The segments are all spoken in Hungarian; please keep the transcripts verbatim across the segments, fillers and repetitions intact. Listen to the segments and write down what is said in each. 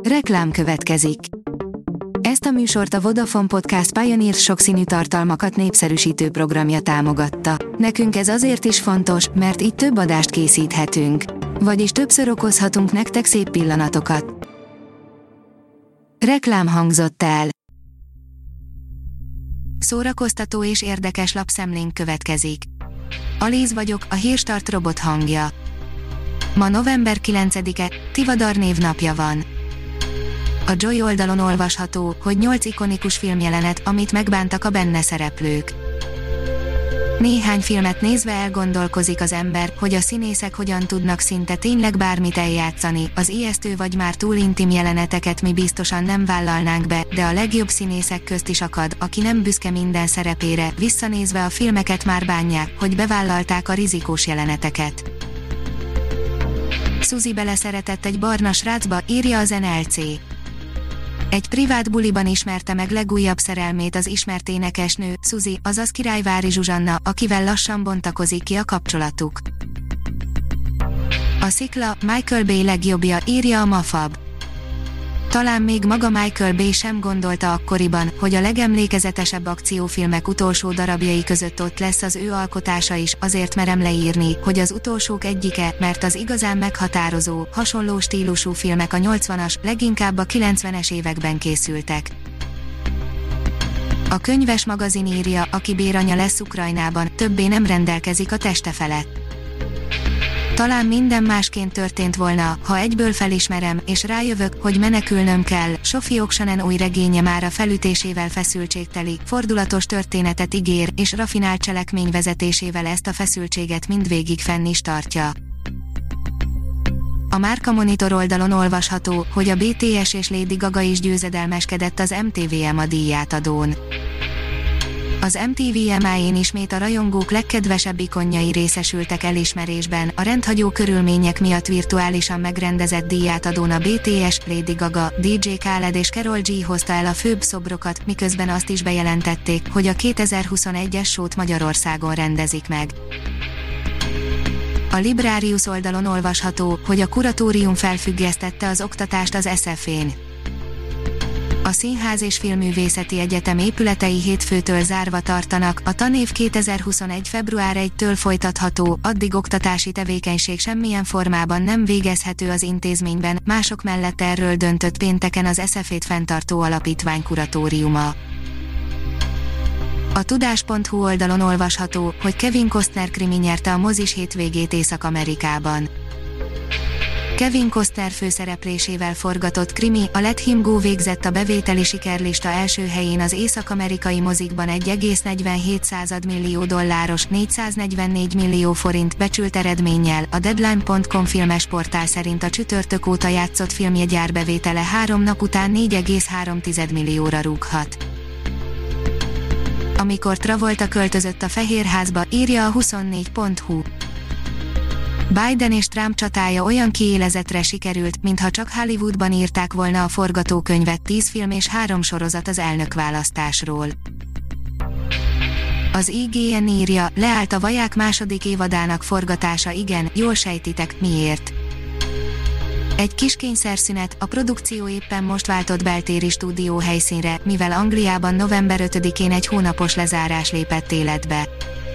Reklám következik. Ezt a műsort a Vodafone Podcast Pioneer sokszínű tartalmakat népszerűsítő programja támogatta. Nekünk ez azért is fontos, mert így több adást készíthetünk. Vagyis többször okozhatunk nektek szép pillanatokat. Reklám hangzott el. Szórakoztató és érdekes lapszemlénk következik. Alíz vagyok, a Hírstart robot hangja. Ma november kilencedike, Tivadar névnapja van. A Joy oldalon olvasható, hogy nyolc ikonikus filmjelenet, amit megbántak a benne szereplők. Néhány filmet nézve elgondolkozik az ember, hogy a színészek hogyan tudnak szinte tényleg bármit eljátszani, az ijesztő vagy már túl intim jeleneteket mi biztosan nem vállalnánk be, de a legjobb színészek közt is akad, aki nem büszke minden szerepére, visszanézve a filmeket már bánják, hogy bevállalták a rizikós jeleneteket. Suzy beleszeretett egy barna srácba, írja az en el cé. Egy privát buliban ismerte meg legújabb szerelmét az ismert énekesnő, Suzy, azaz Királyvári Zsuzsanna, akivel lassan bontakozik ki a kapcsolatuk. A Szikla, Michael Bay legjobbja, írja a Mafab. Talán még maga Michael Bay sem gondolta akkoriban, hogy a legemlékezetesebb akciófilmek utolsó darabjai között ott lesz az ő alkotása is, azért merem leírni, hogy az utolsók egyike, mert az igazán meghatározó, hasonló stílusú filmek a nyolcvanas, leginkább a kilencvenes években készültek. A könyves magazin írja, aki béranya lesz Ukrajnában, többé nem rendelkezik a teste felett. Talán minden másként történt volna, ha egyből felismerem, és rájövök, hogy menekülnöm kell. Sophie Oksanen új regénye már a felütésével feszültségteli, fordulatos történetet ígér, és rafinált cselekmény vezetésével ezt a feszültséget mindvégig fenn is tartja. A Márka Monitor oldalon olvasható, hogy a bé té es és Lady Gaga is győzedelmeskedett az em té vé em á díjátadón. Az em té vé em á-én ismét a rajongók legkedvesebb ikonjai részesültek elismerésben, a rendhagyó körülmények miatt virtuálisan megrendezett díjátadón a bé té es, Lady Gaga, dé dzsé Khaled és Karol G hozta el a főbb szobrokat, miközben azt is bejelentették, hogy a kétezer-huszonegyes show-t Magyarországon rendezik meg. A Librarius oldalon olvasható, hogy a kuratórium felfüggesztette az oktatást az es ef é-n. A Színház és Filmművészeti Egyetem épületei hétfőtől zárva tartanak, a tanév kétezer-huszonegy február elsejétől folytatható, addig oktatási tevékenység semmilyen formában nem végezhető az intézményben, mások mellett erről döntött pénteken az es ef é-t fenntartó alapítvány kuratóriuma. A tudás pont hu oldalon olvasható, hogy Kevin Costner krimi nyerte a mozis hétvégét Észak-Amerikában. Kevin Costner főszereplésével forgatott krimi, a Let Him Go végzett a bevételi sikerlista első helyén az észak-amerikai mozikban egy egész negyvenhét millió dolláros, négyszáznegyvennégy millió forint becsült eredménnyel, a Deadline pont com filmes portál szerint a csütörtök óta játszott filmje gyárbevétele három nap után négy egész három millióra rúghat. Amikor Travolta költözött a Fehérházba, írja a huszonnégy pont hu. Biden és Trump csatája olyan kiélezetre sikerült, mintha csak Hollywoodban írták volna a forgatókönyvet, tíz film és három sorozat az elnökválasztásról. Az i gé en írja, leállt a Vaják második évadának forgatása, igen, jól sejtitek, miért. Egy kis kényszerszünet, a produkció éppen most váltott beltéri stúdió helyszínre, mivel Angliában november ötödikén egy hónapos lezárás lépett életbe.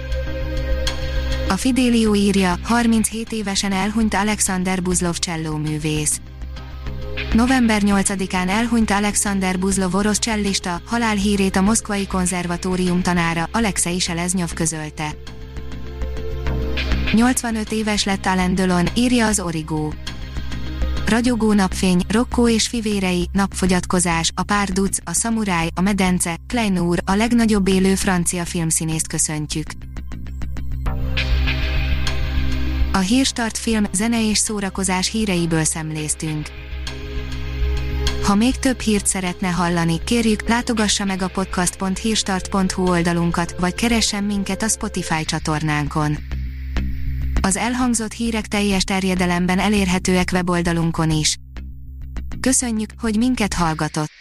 A Fidelio írja, harminchét évesen elhunyt Alexander Buzlov csellóművész. november nyolcadikán elhunyt Alexander Buzlov orosz csellista, halálhírét a Moszkvai Konzervatórium tanára, Alexei Seleznyov közölte. nyolcvanöt éves lett Alain Delon, írja az Origo. Ragyogó napfény, Rocco és fivérei, napfogyatkozás, a párduc, a szamuráj, a medence, Klein úr, a legnagyobb élő francia filmszínészt köszöntjük. A Hírstart film, zene és szórakozás híreiből szemléztünk. Ha még több hírt szeretne hallani, kérjük, látogassa meg a podcast pont hírstart pont hu oldalunkat, vagy keressen minket a Spotify csatornánkon. Az elhangzott hírek teljes terjedelemben elérhetőek weboldalunkon is. Köszönjük, hogy minket hallgatott!